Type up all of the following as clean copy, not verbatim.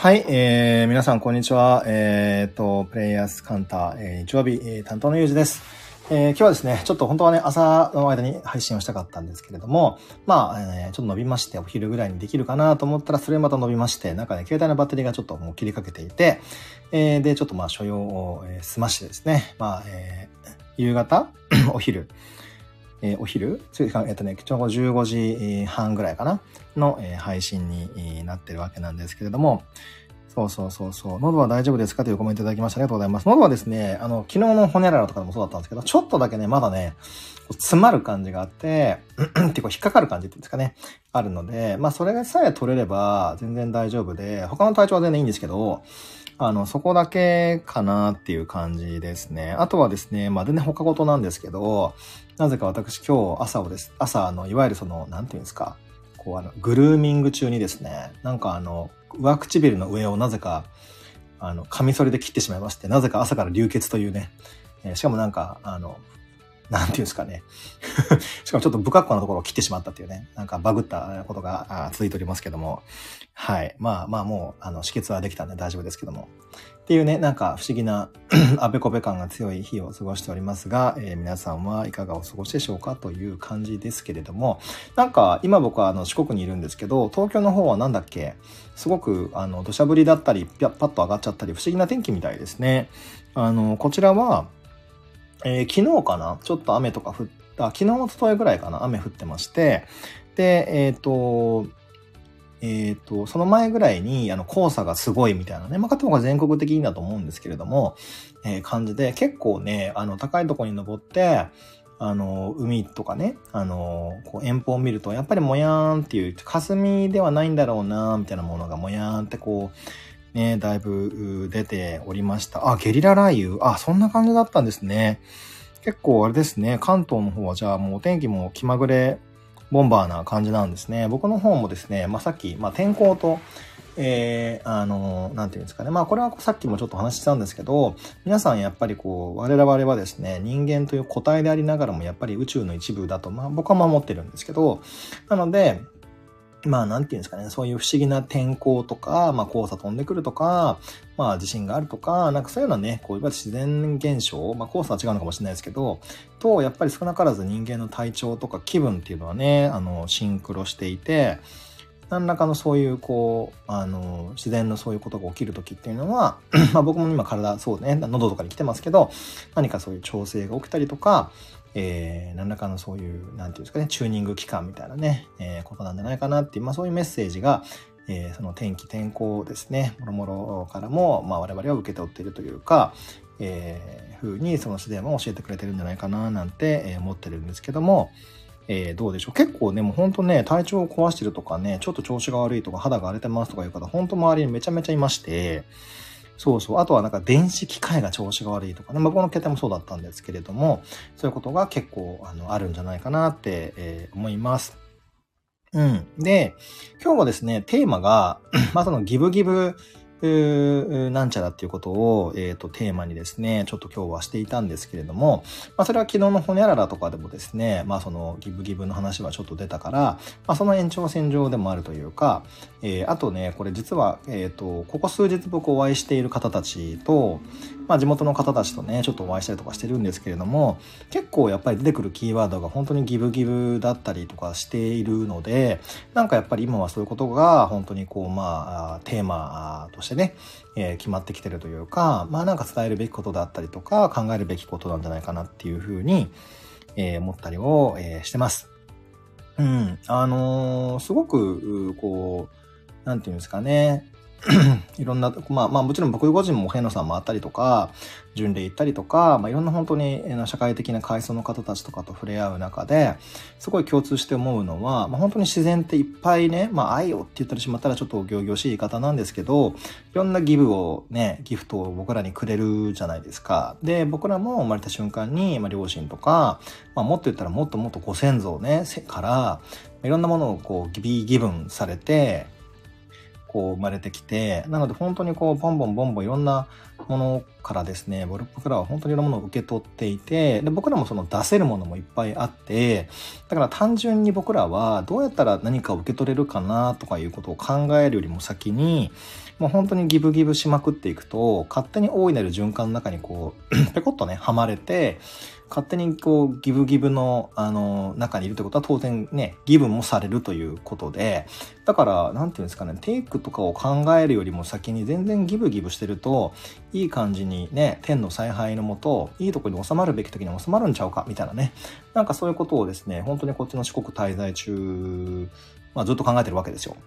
はい、皆さんこんにちは。プレイヤースカンター、日曜日、担当のゆうじです。今日はですね、ちょっと本当はね、朝の間に配信をしたかったんですけれども、ちょっと伸びまして、お昼ぐらいにできるかなと思ったら、それまた伸びまして、なんかね、携帯のバッテリーがちょっともう切りかけていて、で、ちょっと所用を済ましてですね、夕方お昼お昼ちょうど15時半ぐらいかなの配信になってるわけなんですけれども、そう。喉は大丈夫ですかというコメントいただきました。ありがとうございます。喉はですね、昨日のホニャララとかでもそうだったんですけど、ちょっとだけね、まだね、詰まる感じがあって、結構引っかかる感じっていうんですかね、あるので、それさえ取れれば全然大丈夫で、他の体調は全然いいんですけど、そこだけかなっていう感じですね。あとはですね、全然他事なんですけど、なぜか私今日朝いわゆるなんていうんですか、グルーミング中にですね、上唇の上をなぜか、カミソリで切ってしまいまして、なぜか朝から流血というね、しかもなんていうんですかね。しかもちょっと不格好なところを切ってしまったっていうね、バグったことが続いておりますけども。はい。もう、止血はできたんで大丈夫ですけども。っていうね、不思議なあべこべ感が強い日を過ごしておりますが、皆さんはいかがお過ごしでしょうかという感じですけれども、今僕は四国にいるんですけど、東京の方はすごく土砂降りだったり、パッと上がっちゃったり、不思議な天気みたいですね。こちらは、昨日かなちょっと雨とか降った、昨日のとといぐらいかな雨降ってまして、で、その前ぐらいに、黄砂がすごいみたいなね、かとが全国的にだと思うんですけれども、感じで、結構ね、高いところに登って、海とかね、遠方を見ると、やっぱりもやーんっていう、霞ではないんだろうなみたいなものがもやーんってね、だいぶ出ておりました。ゲリラ雷雨。そんな感じだったんですね。結構あれですね、関東の方はじゃあもうお天気も気まぐれボンバーな感じなんですね。僕の方もですね、さっき、天候と、なんていうんですかね。これはさっきもちょっと話したんですけど、皆さんやっぱり我々はですね、人間という個体でありながらもやっぱり宇宙の一部だと、僕は守ってるんですけど、なので、なんていうんですかね、そういう不思議な天候とか、黄砂飛んでくるとか、地震があるとか、そういうのはね、いわゆる自然現象、黄砂は違うのかもしれないですけど、やっぱり少なからず人間の体調とか気分っていうのはね、シンクロしていて、何らかのそういう自然のそういうことが起きるときっていうのは、僕も今そうね、喉とかに来てますけど、何かそういう調整が起きたりとか、何らかのそういう、なんていうんですかね、チューニング期間みたいなね、ことなんじゃないかなっていう、そういうメッセージが、その天候ですね、もろもろからも、我々は受け取っているというか、ふうにその自然は教えてくれてるんじゃないかななんて、思ってるんですけども、どうでしょう。結構ね、もうほんとね、体調を壊してるとかね、ちょっと調子が悪いとか、肌が荒れてますとかいう方、ほんと周りにめちゃめちゃいまして、そう。あとは電子機械が調子が悪いとかね。僕の携帯もそうだったんですけれども、そういうことが結構あるんじゃないかなって、思います。で、今日はですね、テーマが、そのギブギブ、なんちゃらっていうことを、テーマにですね、ちょっと今日はしていたんですけれども、それは昨日のホニャララとかでもですね、そのギブギブの話はちょっと出たから、その延長線上でもあるというか、あとね、これ実は、ここ数日僕お会いしている方たちと、地元の方たちとね、ちょっとお会いしたりとかしてるんですけれども、結構やっぱり出てくるキーワードが本当にギブギブだったりとかしているので、やっぱり今はそういうことが本当にテーマとしてね、決まってきてるというか、伝えるべきことだったりとか、考えるべきことなんじゃないかなっていうふうに、思ったりを、してます。すごく、なんていうんですかね。いろんな、もちろん僕個人も平野さんもあったりとか、巡礼行ったりとか、いろんな本当に社会的な階層の方たちとかと触れ合う中で、すごい共通して思うのは、本当に自然っていっぱいね、愛をって言ったりしまったらちょっと仰々しい言い方なんですけど、いろんなギフトを僕らにくれるじゃないですか。で、僕らも生まれた瞬間に、両親とか、もっと言ったらもっともっとご先祖ね、から、いろんなものをギブンされて、 こう生まれてきて、なので本当にこうボンボンいろんなものからですね、僕らは本当にいろんなものを受け取っていて、で僕らもその出せるものもいっぱいあって、だから単純に僕らはどうやったら何かを受け取れるかなとかいうことを考えるよりも先に、もう本当にギブギブしまくっていくと、勝手に大いなる循環の中にこうペコッとねはまれて、勝手にこうギブギブの中にいるってことは当然ねギブもされるということで、だからなんていうんですかね、テイクとかを考えるよりも先に全然ギブギブしてるといい感じにね、天の采配のもといいところに収まるべき時に収まるんちゃうかみたいなね、なんかそういうことをですね、本当にこっちの四国滞在中、ずっと考えてるわけですよ。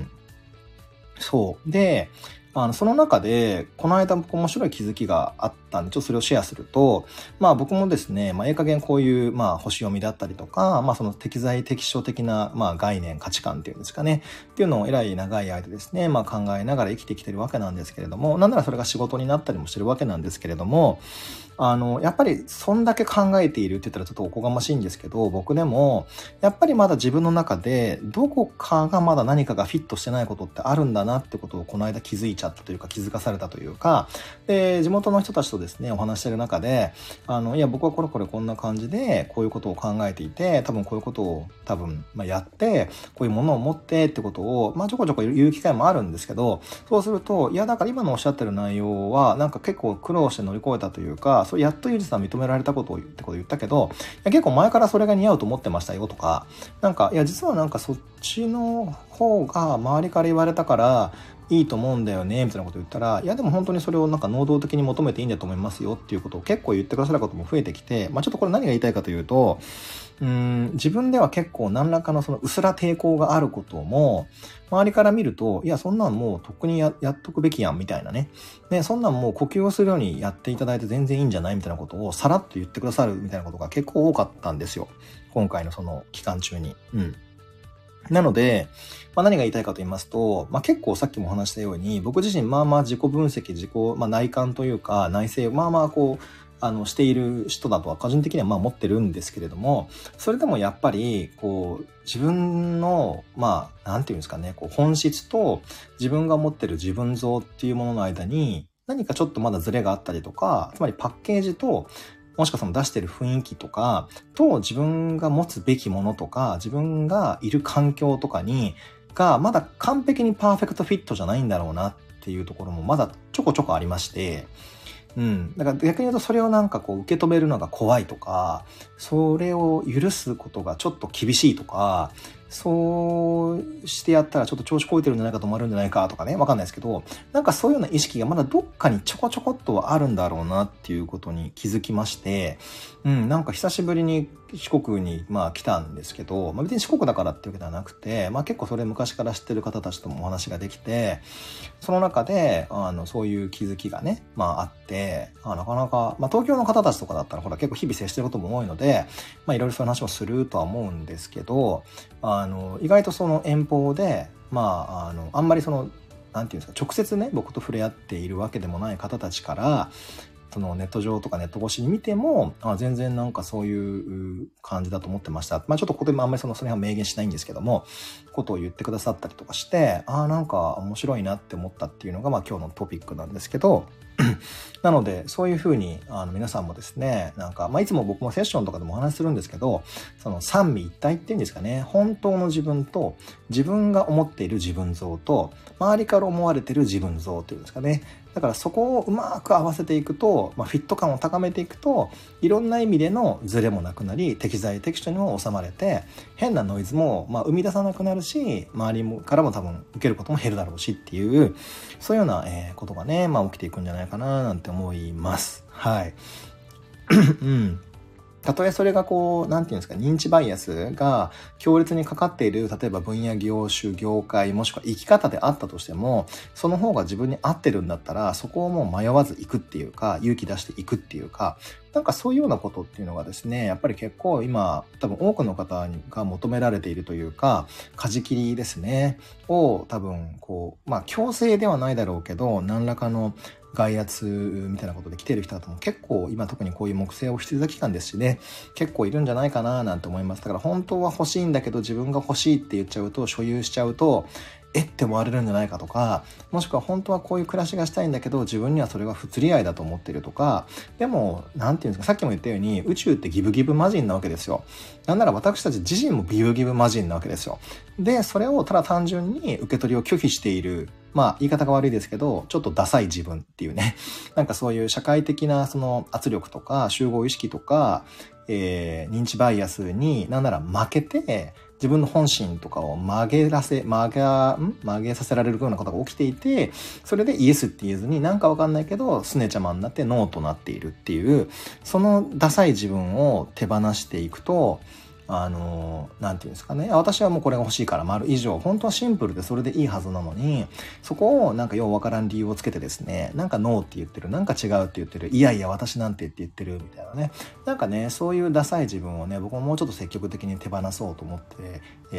そうで、その中でこの間僕面白い気づきがあったんで、ちょっとそれをシェアすると、僕もですね、ええ加減こういう星読みだったりとか、その適材適所的な概念価値観っていうんですかねっていうのをえらい長い間ですね、考えながら生きてきてるわけなんですけれども、なんならそれが仕事になったりもしてるわけなんですけれども、やっぱりそんだけ考えているって言ったらちょっとおこがましいんですけど、僕でもやっぱりまだ自分の中でどこかがまだ何かがフィットしてないことってあるんだなってことをこの間気づいちゃったというか、気づかされたというか、で地元の人たちとですねお話してる中で、いや僕はこんな感じでこういうことを考えていて、多分こういうことをやってこういうものを持ってってことをちょこちょこ言う機会もあるんですけど、そうすると、いやだから今のおっしゃってる内容はなんか結構苦労して乗り越えたというか、それやっとゆりさん認められたことを言ったけど、いや結構前からそれが似合うと思ってましたよとか、いや実はなんかそっちの方が周りから言われたからいいと思うんだよねみたいなことを言ったら、いやでも本当にそれをなんか能動的に求めていいんだと思いますよっていうことを結構言ってくださることも増えてきて、ちょっとこれ何が言いたいかというと、自分では結構何らかのそのうすら抵抗があることも周りから見ると、いやそんなんもうとっくに やっとくべきやんみたいなね、そんなんもう呼吸をするようにやっていただいて全然いいんじゃないみたいなことをさらっと言ってくださるみたいなことが結構多かったんですよ、今回のその期間中に。なので、何が言いたいかと言いますと、結構さっきもお話したように、僕自身自己分析、内観というか内省をこうしている人だとは個人的には思ってるんですけれども、それでもやっぱりこう自分のなんていうんですかね、こう本質と自分が持ってる自分像っていうものの間に何かちょっとまだズレがあったりとか、つまりパッケージともしくはその出してる雰囲気とかと自分が持つべきものとか自分がいる環境とかがまだ完璧にパーフェクトフィットじゃないんだろうなっていうところもまだちょこちょこありまして、だから逆に言うとそれをなんかこう受け止めるのが怖いとか、それを許すことがちょっと厳しいとか、そうしてやったらちょっと調子こいてるんじゃないかと思われるんじゃないかとかね、わかんないですけど、なんかそういうような意識がまだどっかにちょこちょこっとはあるんだろうなっていうことに気づきまして、なんか久しぶりに四国に来たんですけど、別に四国だからっていうわけではなくて、結構それ昔から知ってる方たちともお話ができて、その中でそういう気づきがね、あって、なかなか、東京の方たちとかだったらほら結構日々接してることも多いので、いろいろそういう話もするとは思うんですけど、意外とその遠方で、あんまりそのなんていうんですか、直接ね僕と触れ合っているわけでもない方たちからそのネット上とかネット越しに見ても、全然なんかそういう感じだと思ってました。ちょっとここでもあんまりその辺は明言しないんですけども、ことを言ってくださったりとかして、なんか面白いなって思ったっていうのが今日のトピックなんですけど、なのでそういうふうに皆さんもですね、なんかいつも僕もセッションとかでもお話しするんですけど、その三位一体っていうんですかね、本当の自分と自分が思っている自分像と周りから思われている自分像っていうんですかね、だからそこをうまく合わせていくと、フィット感を高めていくと、いろんな意味でのズレもなくなり、適材適所にも収まれて、変なノイズも生み出さなくなるし、周りからも多分受けることも減るだろうしっていう、そういうようなことがね、起きていくんじゃないかななんて思います。はい。たとえそれがこう、なんていうんですか、認知バイアスが強烈にかかっている、例えば分野、業種、業界、もしくは生き方であったとしても、その方が自分に合ってるんだったら、そこをもう迷わず行くっていうか、勇気出していくっていうか、なんかそういうようなことっていうのがですね、やっぱり結構今、多分多くの方が求められているというか、舵切りですね、を多分こう、強制ではないだろうけど、何らかの外圧みたいなことで来てる人だとも結構今特にこういう木星をしてた期間ですしね、結構いるんじゃないかななんて思います。だから本当は欲しいんだけど自分が欲しいって言っちゃうと、所有しちゃうと、 って思われるんじゃないかとか、もしくは本当はこういう暮らしがしたいんだけど自分にはそれが不釣り合いだと思ってるとか、でもなんていうんですか、さっきも言ったように宇宙ってギブギブマジンなわけですよ。なんなら私たち自身もギブギブマジンなわけですよ。でそれをただ単純に受け取りを拒否している、言い方が悪いですけどちょっとダサい自分っていうね、なんかそういう社会的なその圧力とか集合意識とか、認知バイアスになんなら負けて自分の本心とかを曲げさせられるようなことが起きていて、それでイエスって言えずになんかわかんないけどすねちゃまになってノーとなっているっていう、そのダサい自分を手放していくと、なんていうんですかね、私はもうこれが欲しいから丸以上、本当はシンプルでそれでいいはずなのに、そこをなんかようわからん理由をつけてですね、なんかノーって言ってる、なんか違うって言ってる、いやいや私なんてって言ってるみたいなね、なんかね、そういうダサい自分をね、僕ももうちょっと積極的に手放そうと思って、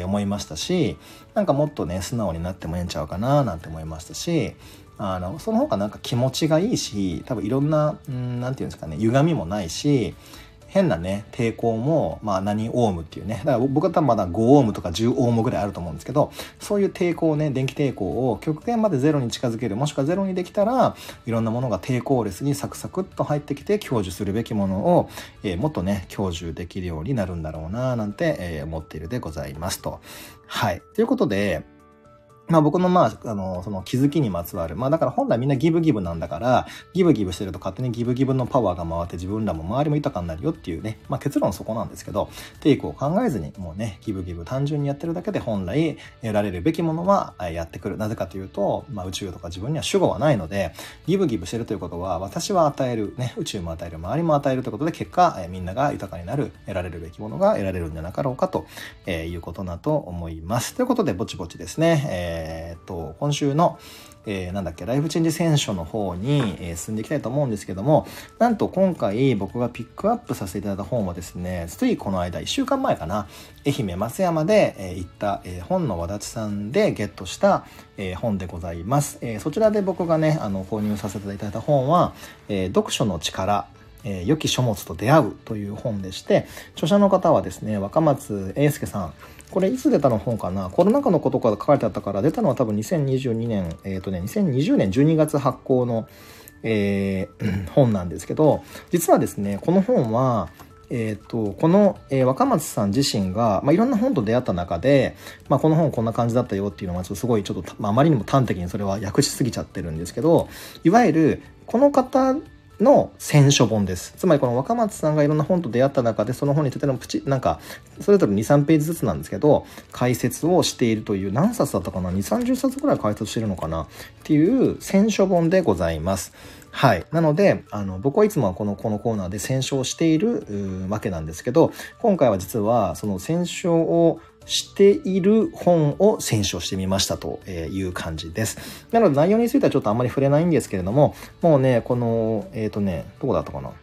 思いましたし、なんかもっとね素直になってもええんちゃうかななんて思いましたし、その方がなんか気持ちがいいし、多分いろんな、なんていうんですかね、歪みもないし、変なね抵抗も何オームっていうね、だから僕は多分まだ5オームとか10オームぐらいあると思うんですけど、そういう抵抗ね、電気抵抗を極限までゼロに近づける、もしくはゼロにできたらいろんなものが抵抗レスにサクサクっと入ってきて享受するべきものを、もっとね享受できるようになるんだろうななんて、思っているでございますと。はい、ということで僕のその気づきにまつわる。だから本来みんなギブギブなんだから、ギブギブしてると勝手にギブギブのパワーが回って自分らも周りも豊かになるよっていうね。結論そこなんですけど、テイクを考えずにもうね、ギブギブ単純にやってるだけで本来得られるべきものはやってくる。なぜかというと、宇宙とか自分には主語はないので、ギブギブしてるということは、私は与える、ね、宇宙も与える、周りも与えるということで、結果、みんなが豊かになる、得られるべきものが得られるんじゃなかろうかということだと思います。ということで、ぼちぼちですね。今週の、ライフチェンジ選書の方に、進んでいきたいと思うんですけども、なんと今回僕がピックアップさせていただいた本はですね、ついこの間1週間前かな、愛媛松山で、行った、本の和立さんでゲットした、本でございます。そちらで僕がね購入させていただいた本は、読書の力、良き書物と出会うという本でして、著者の方はですね、若松英介さん。これいつ出たの本かな、コロナ禍のことから書かれてあったから、出たのは多分2022年、2020年12月発行の、本なんですけど、実はですね、この本は、この、若松さん自身が、いろんな本と出会った中で、この本こんな感じだったよっていうのはすごいちょっと、あまりにも端的にそれは訳しすぎちゃってるんですけど、いわゆるこの方の選書本です。つまりこの若松さんがいろんな本と出会った中で、その本についてのそれぞれ 2,3 ページずつなんですけど解説をしているという、何冊だったかな、 2,30 冊ぐらい解説してるのかなっていう選書本でございます。はい。なので僕はいつもはこのコーナーで選書をしているわけなんですけど、今回は実はその選書をしている本を選書してみましたという感じです。なので内容についてはちょっとあんまり触れないんですけれども、もうね、この、どこだったかな。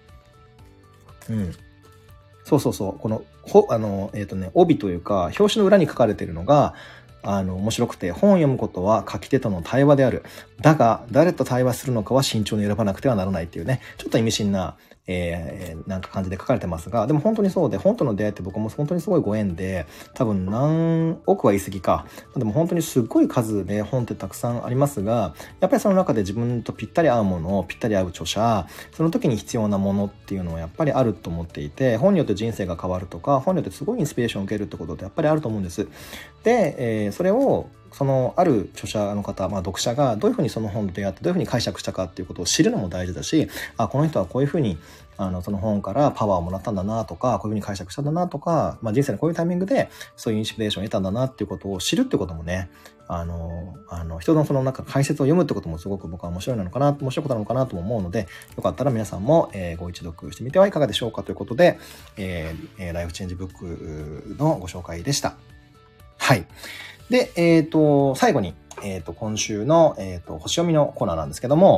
そう。この、帯というか、表紙の裏に書かれているのが、面白くて、本を読むことは書き手との対話である。だが、誰と対話するのかは慎重に選ばなくてはならないっていうね、ちょっと意味深な、なんか感じで書かれてますが、でも本当にそうで、本との出会いって僕も本当にすごいご縁で、多分何億は言い過ぎか。でも本当にすっごい数で本ってたくさんありますが、やっぱりその中で自分とぴったり合うものをぴったり合う著者、その時に必要なものっていうのはやっぱりあると思っていて、本によって人生が変わるとか、本によってすごいインスピレーションを受けるってことってやっぱりあると思うんです。で、それをある著者の方、読者がどういうふうにその本と出会ってどういうふうに解釈したかっていうことを知るのも大事だし、この人はこういうふうにその本からパワーをもらったんだなとか、こういうふうに解釈したんだなとか、人生のこういうタイミングでそういうインスピレーションを得たんだなっていうことを知るってこともね、人のその解説を読むってこともすごく僕は面白いことなのかなとも思うので、よかったら皆さんも、ご一読してみてはいかがでしょうかということで、ライフチェンジブックのご紹介でした。はい。で、最後に、今週の、星読みのコーナーなんですけども、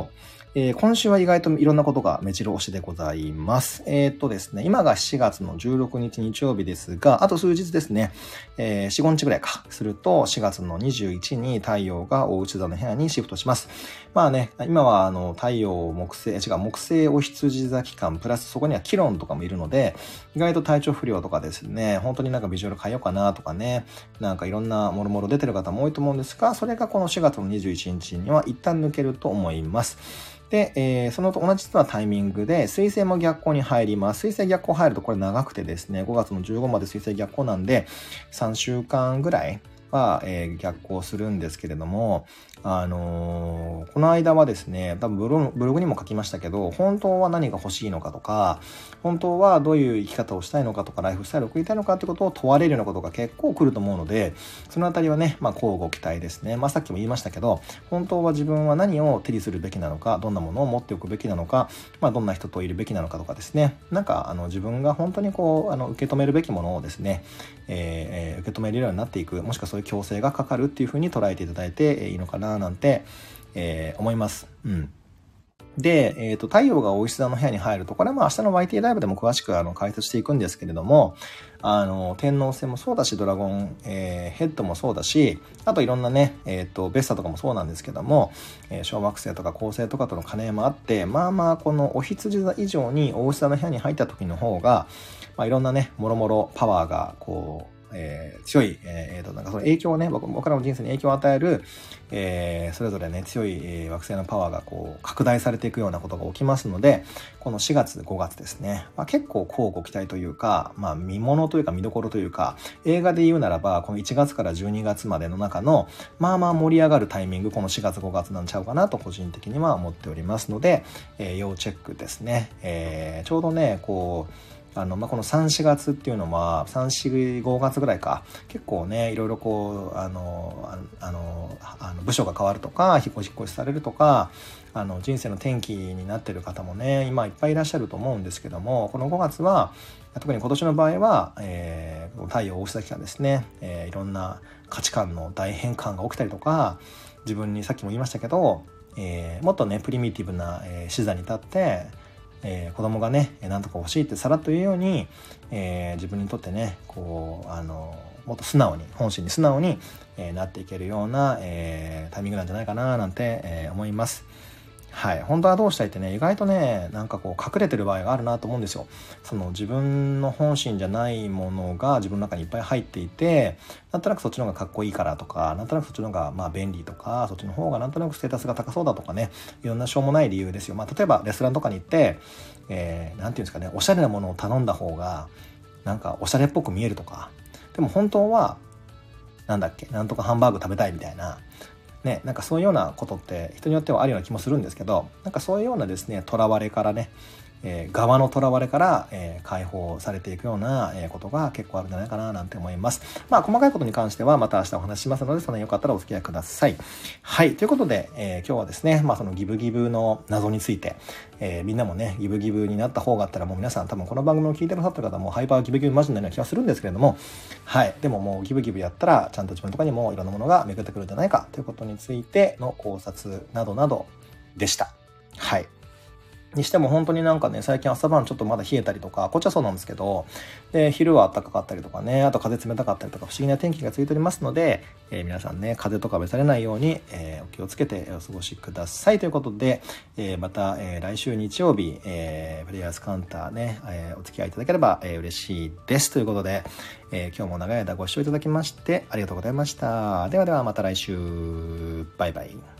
今週は意外といろんなことが目白押しでございます。ですね、今が7月の16日日曜日ですが、あと数日ですね、4、5日ぐらいか、すると4月の21に太陽が大牛座の部屋にシフトします。まあね、今は太陽、木星お羊座期間、プラスそこにはキロンとかもいるので、意外と体調不良とかですね、本当になんかビジュアル変えようかなとかね、なんかいろんなもろもろ出てる方も多いと思うんですが、それがこの4月の21日には一旦抜けると思います。で、そのと同じようなタイミングで水星も逆行に入ります。水星逆行入るとこれ長くてですね、5月の15まで水星逆行なんで、3週間ぐらいは、逆行するんですけれども、この間はですね、多分ブログにも書きましたけど、本当は何が欲しいのかとか、本当はどういう生き方をしたいのかとか、ライフスタイルを送りたいのかってことを問われるようなことが結構来ると思うので、そのあたりはね、交互期待ですね。さっきも言いましたけど、本当は自分は何を手にするべきなのか、どんなものを持っておくべきなのか、どんな人といるべきなのかとかですね、なんか自分が本当に受け止めるべきものをですね、受け止めるようになっていく、もしくはそういう強制がかかるっていう風に捉えていただいていいのかななんて、思います。で、太陽がお牛座の部屋に入ると、これは明日の YT ライブでも詳しく解説していくんですけれども、天王星もそうだし、ドラゴン、ヘッドもそうだし、あといろんなね、ベッサとかもそうなんですけども、小惑星とか恒星とかとの兼ね合いもあって、このお羊座以上にお牛座の部屋に入った時の方が、いろんなね、もろもろパワーが強い、なんかその影響をね、僕らの人生に影響を与える、それぞれね、強い、惑星のパワーが拡大されていくようなことが起きますので、この4月、5月ですね、結構交互期待というか、見物というか見どころというか、映画で言うならば、この1月から12月までの中の、盛り上がるタイミング、この4月、5月なんちゃうかなと個人的には思っておりますので、要チェックですね。ちょうどね、この3、4月っていうのは、3、4、5月ぐらいか、結構ね、いろいろ部署が変わるとか、引っ越しされるとか、人生の転機になっている方もね、今いっぱいいらっしゃると思うんですけども、この5月は、特に今年の場合は、太陽大牛座期間ですね、いろんな価値観の大変換が起きたりとか、自分にさっきも言いましたけど、もっとね、プリミティブな、視座に立って、子供がね、なんとか欲しいってさらっと言うように、自分にとってね、もっと素直に、本心に素直に、なっていけるような、タイミングなんじゃないかななんて、思います。はい。本当はどうしたいってね、意外とね、なんか隠れてる場合があるなと思うんですよ。その自分の本心じゃないものが自分の中にいっぱい入っていて、なんとなくそっちの方がかっこいいからとか、なんとなくそっちの方が便利とか、そっちの方がなんとなくステータスが高そうだとかね、いろんなしょうもない理由ですよ。例えばレストランとかに行って、なんていうんですかね、おしゃれなものを頼んだ方が、なんかおしゃれっぽく見えるとか、でも本当は、なんとかハンバーグ食べたいみたいな、ね、なんかそういうようなことって人によってはあるような気もするんですけど、なんかそういうようなですね、囚われからね、側の囚われから、解放されていくような、ことが結構あるんじゃないかななんて思います。細かいことに関してはまた明日お話ししますので、その辺よかったらお付き合いください。はい。ということで、今日はですね、そのギブギブの謎について、みんなもね、ギブギブになった方があったら、もう皆さん多分この番組を聞いてくださってる方もハイパーギブギブマジになるような気がするんですけれども、はい。でももうギブギブやったら、ちゃんと自分のところにもいろんなものが巡ってくるんじゃないかということについての考察などなどでした。はい。にしても本当になんかね、最近朝晩ちょっとまだ冷えたりとか、こっちはそうなんですけど、で、昼は暖かかったりとかね、あと風冷たかったりとか不思議な天気が続いておりますので、皆さんね、風とか召されないように、お気をつけてお過ごしくださいということで、また、来週日曜日、プレイヤーズカウンターね、お付き合いいただければ、嬉しいですということで、今日も長い間ご視聴いただきましてありがとうございました。ではではまた来週。バイバイ。